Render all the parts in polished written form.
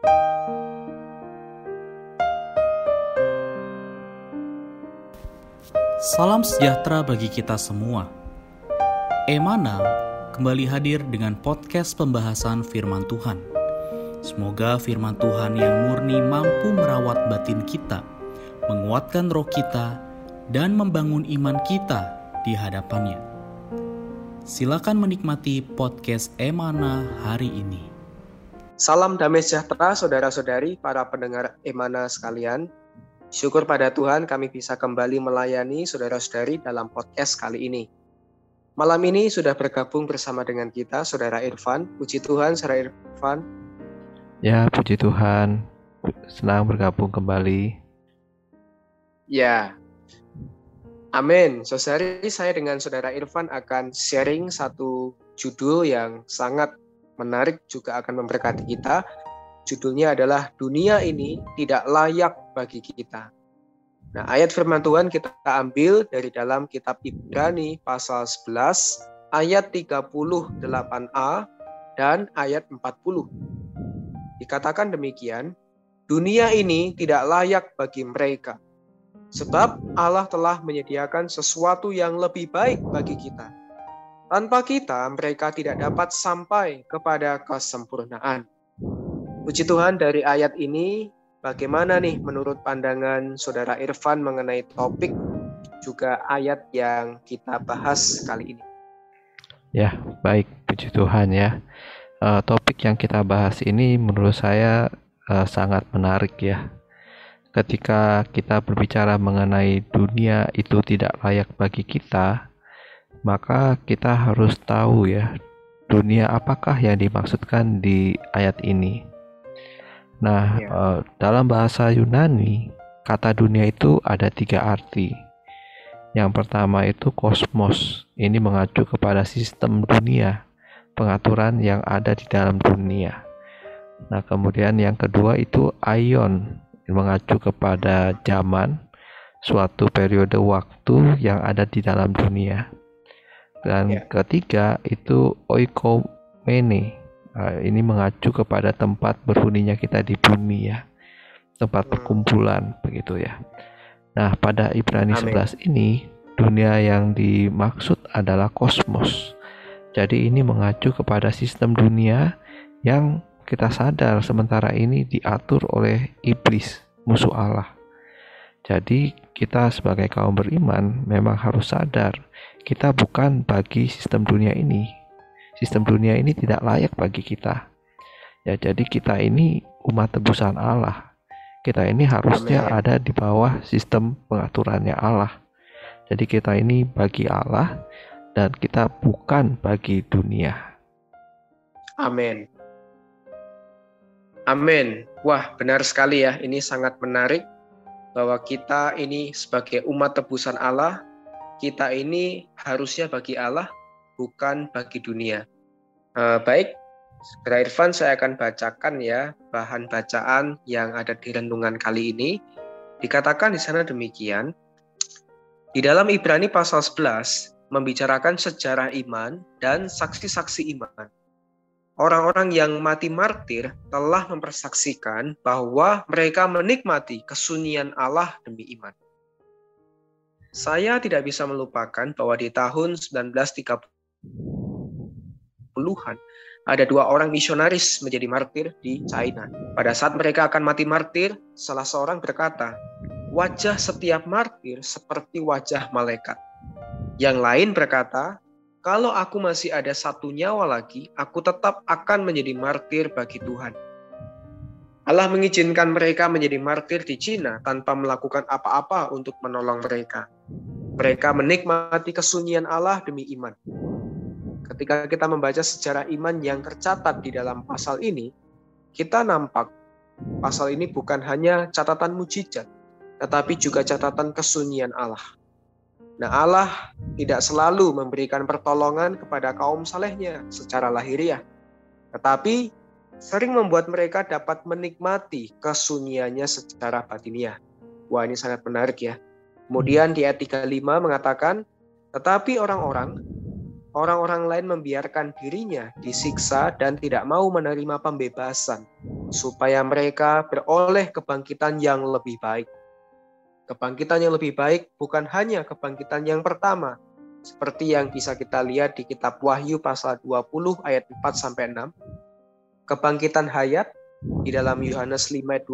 Salam sejahtera bagi kita semua. Emana kembali hadir dengan podcast pembahasan firman Tuhan. Semoga firman Tuhan yang murni mampu merawat batin kita, menguatkan roh kita, dan membangun iman kita di hadapannya. Silakan menikmati podcast Emana hari ini. Salam damai sejahtera saudara-saudari, para pendengar Emana sekalian. Syukur pada Tuhan kami bisa kembali melayani saudara-saudari dalam podcast kali ini. Malam ini sudah bergabung bersama dengan kita Saudara Irfan. Puji Tuhan, Saudara Irfan. Ya, puji Tuhan. Senang bergabung kembali. Ya, amin. Saudari, saya dengan Saudara Irfan akan sharing satu judul yang sangat menarik, juga akan memberkati kita. Judulnya adalah Dunia Ini Tidak Layak Bagi Kita. Nah, ayat firman Tuhan kita ambil dari dalam kitab Ibrani pasal 11 ayat 38a dan ayat 40. Dikatakan demikian, dunia ini tidak layak bagi mereka, sebab Allah telah menyediakan sesuatu yang lebih baik bagi kita. Tanpa kita, mereka tidak dapat sampai kepada kesempurnaan. Puji Tuhan, dari ayat ini, bagaimana nih menurut pandangan Saudara Irfan mengenai topik juga ayat yang kita bahas kali ini? Ya, baik, puji Tuhan ya. Topik yang kita bahas ini menurut saya sangat menarik ya. Ketika kita berbicara mengenai dunia itu tidak layak bagi kita, maka kita harus tahu ya, dunia apakah yang dimaksudkan di ayat ini. Nah, dalam bahasa Yunani, kata dunia itu ada 3 arti. Yang pertama itu kosmos. Ini mengacu kepada sistem dunia, pengaturan yang ada di dalam dunia. Nah, kemudian yang kedua itu aion, mengacu kepada zaman, suatu periode waktu yang ada di dalam dunia. Dan ketiga itu oikomene. Ini mengacu kepada tempat berhuninya kita di bumi ya, tempat perkumpulan begitu ya. Nah, pada Ibrani 11 ini dunia yang dimaksud adalah kosmos. Jadi ini mengacu kepada sistem dunia yang kita sadar sementara ini diatur oleh iblis, musuh Allah. Jadi kita sebagai kaum beriman memang harus sadar kita bukan bagi sistem dunia ini. Sistem dunia ini tidak layak bagi kita. Ya, jadi kita ini umat tebusan Allah. Kita ini harusnya ada di bawah sistem pengaturannya Allah. Jadi kita ini bagi Allah dan kita bukan bagi dunia. Amin. Amin. Wah, benar sekali ya. Ini sangat menarik bahwa kita ini sebagai umat tebusan Allah, kita ini harusnya bagi Allah, bukan bagi dunia. Baik, Saudara Irfan, saya akan bacakan ya bahan bacaan yang ada di renungan kali ini. Dikatakan di sana demikian, di dalam Ibrani pasal 11 membicarakan sejarah iman dan saksi-saksi iman. Orang-orang yang mati martir telah mempersaksikan bahwa mereka menikmati kesunyian Allah demi iman. Saya tidak bisa melupakan bahwa di tahun 1930-an ada 2 orang misionaris menjadi martir di China. Pada saat mereka akan mati martir, salah seorang berkata, "Wajah setiap martir seperti wajah malaikat." Yang lain berkata, "Kalau aku masih ada 1 nyawa lagi, aku tetap akan menjadi martir bagi Tuhan." Allah mengizinkan mereka menjadi martir di China tanpa melakukan apa-apa untuk menolong mereka. Mereka menikmati kesunyian Allah demi iman. Ketika kita membaca sejarah iman yang tercatat di dalam pasal ini, kita nampak pasal ini bukan hanya catatan mujizat, tetapi juga catatan kesunyian Allah. Nah, Allah tidak selalu memberikan pertolongan kepada kaum salehnya secara lahiriah, tetapi sering membuat mereka dapat menikmati kesunyiannya secara batiniah. Wah, ini sangat menarik ya. Kemudian di ayat 35 mengatakan, tetapi orang-orang lain membiarkan dirinya disiksa dan tidak mau menerima pembebasan. supaya mereka beroleh kebangkitan yang lebih baik. Kebangkitan yang lebih baik bukan hanya kebangkitan yang pertama, seperti yang bisa kita lihat di kitab Wahyu pasal 20 ayat 4-6. Kebangkitan hayat di dalam Yohanes 5 ayat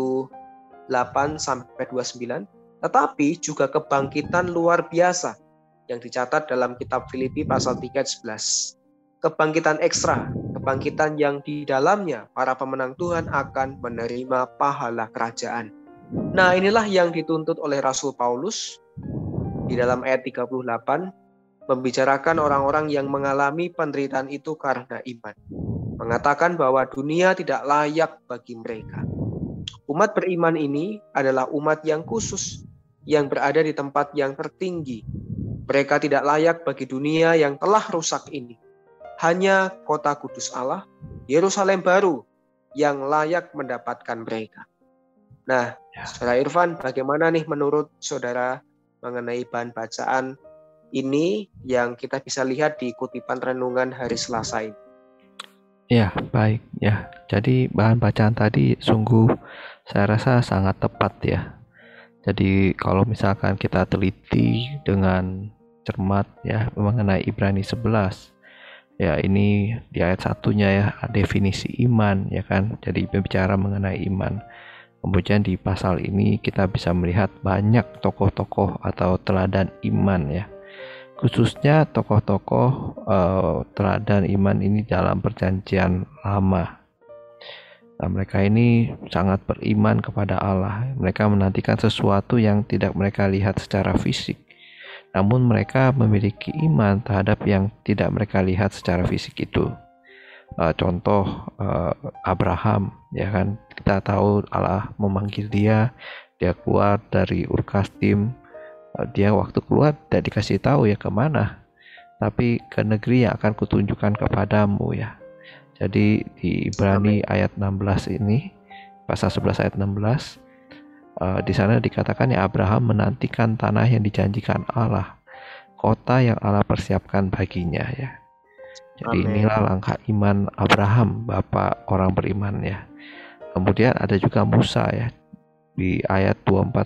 28-29, tetapi juga kebangkitan luar biasa yang dicatat dalam kitab Filipi pasal 3 ayat 11. Kebangkitan ekstra, kebangkitan yang di dalamnya para pemenang Tuhan akan menerima pahala kerajaan. Nah, inilah yang dituntut oleh Rasul Paulus di dalam ayat 38, membicarakan orang-orang yang mengalami penderitaan itu karena iman. Mengatakan bahwa dunia tidak layak bagi mereka. Umat beriman ini adalah umat yang khusus, yang berada di tempat yang tertinggi. Mereka tidak layak bagi dunia yang telah rusak ini. Hanya kota kudus Allah, Yerusalem baru, yang layak mendapatkan mereka. Nah, Saudara Irfan, bagaimana nih menurut saudara mengenai bahan bacaan ini yang kita bisa lihat di kutipan renungan hari Selasa ini? Ya, baik ya. Jadi bahan bacaan tadi sungguh saya rasa sangat tepat ya. Jadi kalau misalkan kita teliti dengan cermat ya mengenai Ibrani 11, ya ini di ayat 1-nya ya definisi iman ya kan. Jadi berbicara mengenai iman. Kemudian di pasal ini kita bisa melihat banyak tokoh-tokoh atau teladan iman ya. Khususnya tokoh-tokoh teladan iman ini dalam perjanjian lama. Nah, mereka ini sangat beriman kepada Allah. Mereka menantikan sesuatu yang tidak mereka lihat secara fisik. Namun mereka memiliki iman terhadap yang tidak mereka lihat secara fisik itu. Contoh Abraham ya kan, kita tahu Allah memanggil dia keluar dari Ur Kasdim. Dia waktu keluar tidak dikasih tahu ya kemana, tapi ke negeri yang akan kutunjukkan kepadamu ya. Jadi di Ibrani ayat 16 ini, pasal 11 ayat 16, di sana dikatakan ya Abraham menantikan tanah yang dijanjikan Allah, kota yang Allah persiapkan baginya ya. Jadi inilah langkah iman Abraham, bapak orang beriman ya. Kemudian ada juga Musa ya. Di ayat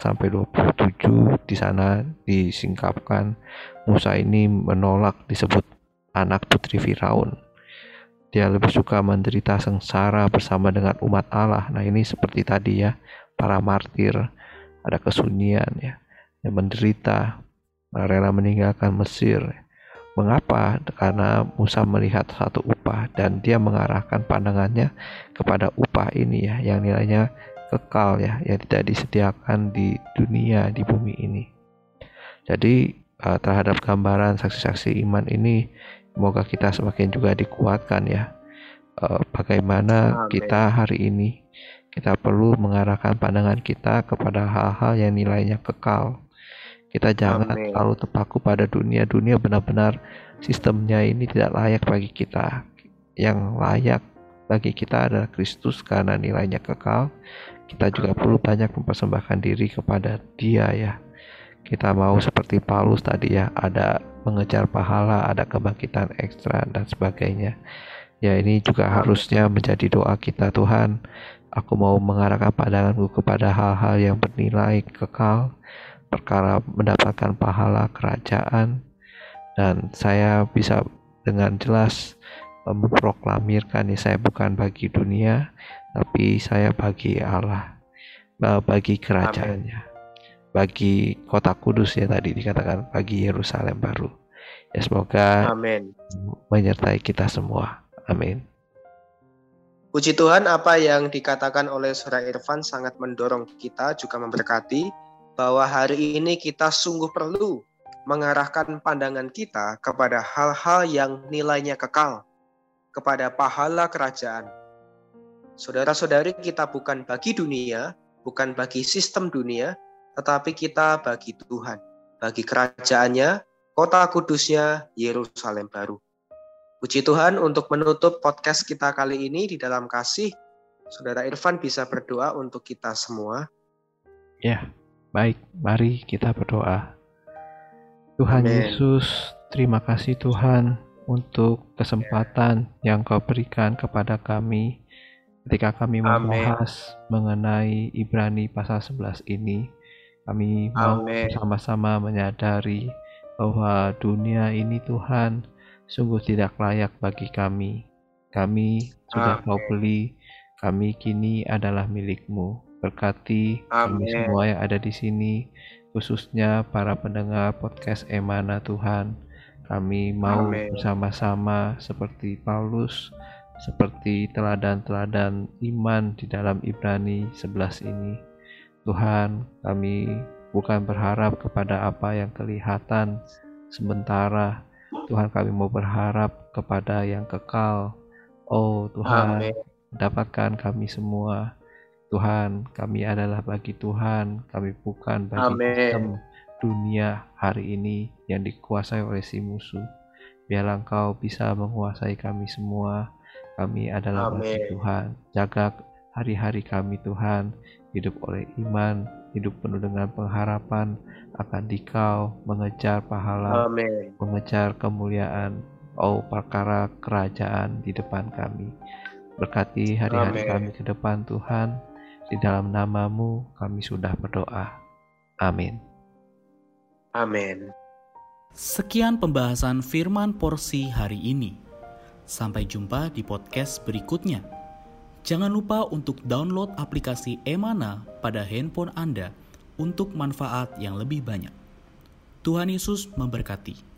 24-27 di sana disingkapkan Musa ini menolak disebut anak putri Firaun. Dia lebih suka menderita sengsara bersama dengan umat Allah. Nah, ini seperti tadi ya, para martir, ada kesunyian ya, yang menderita, rela meninggalkan Mesir. Mengapa? Karena Musa melihat satu upah dan dia mengarahkan pandangannya kepada upah ini ya, yang nilainya kekal ya, yang tidak disediakan di dunia, di bumi ini. Jadi terhadap gambaran saksi-saksi iman ini, semoga kita semakin juga dikuatkan ya. Bagaimana kita hari ini kita perlu mengarahkan pandangan kita kepada hal-hal yang nilainya kekal. Kita jangan terlalu terpaku pada dunia. Dunia benar-benar sistemnya ini tidak layak bagi kita. Yang layak bagi kita adalah Kristus karena nilainya kekal. Kita juga perlu banyak mempersembahkan diri kepada Dia ya. Kita mau seperti Paulus tadi ya, ada mengejar pahala, ada kebangkitan ekstra dan sebagainya. Ya, ini juga harusnya menjadi doa kita. Tuhan, aku mau mengarahkan pandanganku kepada hal-hal yang bernilai kekal, perkara mendapatkan pahala kerajaan, dan saya bisa dengan jelas memproklamirkan saya bukan bagi dunia, tapi saya bagi Allah, bagi kerajaannya, bagi kota kudus ya tadi dikatakan, bagi Yerusalem baru. Ya semoga menyertai kita semua. Amin. Puji Tuhan, apa yang dikatakan oleh Saudara Irfan sangat mendorong kita, juga memberkati bahwa hari ini kita sungguh perlu mengarahkan pandangan kita kepada hal-hal yang nilainya kekal, kepada pahala kerajaan. Saudara-saudari, kita bukan bagi dunia, bukan bagi sistem dunia, tetapi kita bagi Tuhan, bagi kerajaannya, kota kudusnya, Yerusalem baru. Puji Tuhan, untuk menutup podcast kita kali ini di dalam kasih, Saudara Irfan bisa berdoa untuk kita semua. Ya, baik, mari kita berdoa. Tuhan Yesus, terima kasih Tuhan untuk kesempatan yang Kau berikan kepada kami Ketika kami membahas mengenai Ibrani pasal 11 ini, kami mau bersama-sama menyadari bahwa dunia ini Tuhan sungguh tidak layak bagi kami. Kami sudah Kau beli, kami kini adalah milik-Mu. Berkati kami semua yang ada di sini, khususnya para pendengar podcast Emana Tuhan. Kami mau bersama-sama seperti Paulus, seperti teladan-teladan iman di dalam Ibrani 11 ini. Tuhan, kami bukan berharap kepada apa yang kelihatan sementara. Tuhan, kami mau berharap kepada yang kekal. Oh Tuhan, dapatkan kami semua. Tuhan, kami adalah bagi Tuhan, kami bukan bagi sistem dunia hari ini yang dikuasai oleh si musuh. Biarlah Engkau bisa menguasai kami semua. Kami adalah bagi Tuhan. Jaga hari-hari kami Tuhan, hidup oleh iman, hidup penuh dengan pengharapan akan Dikau, mengejar pahala, mengejar kemuliaan, perkara kerajaan di depan kami. Berkati hari-hari kami ke depan Tuhan. Di dalam nama-Mu kami sudah berdoa. Amin. Amin. Sekian pembahasan firman porsi hari ini. Sampai jumpa di podcast berikutnya. Jangan lupa untuk download aplikasi Emana pada handphone Anda untuk manfaat yang lebih banyak. Tuhan Yesus memberkati.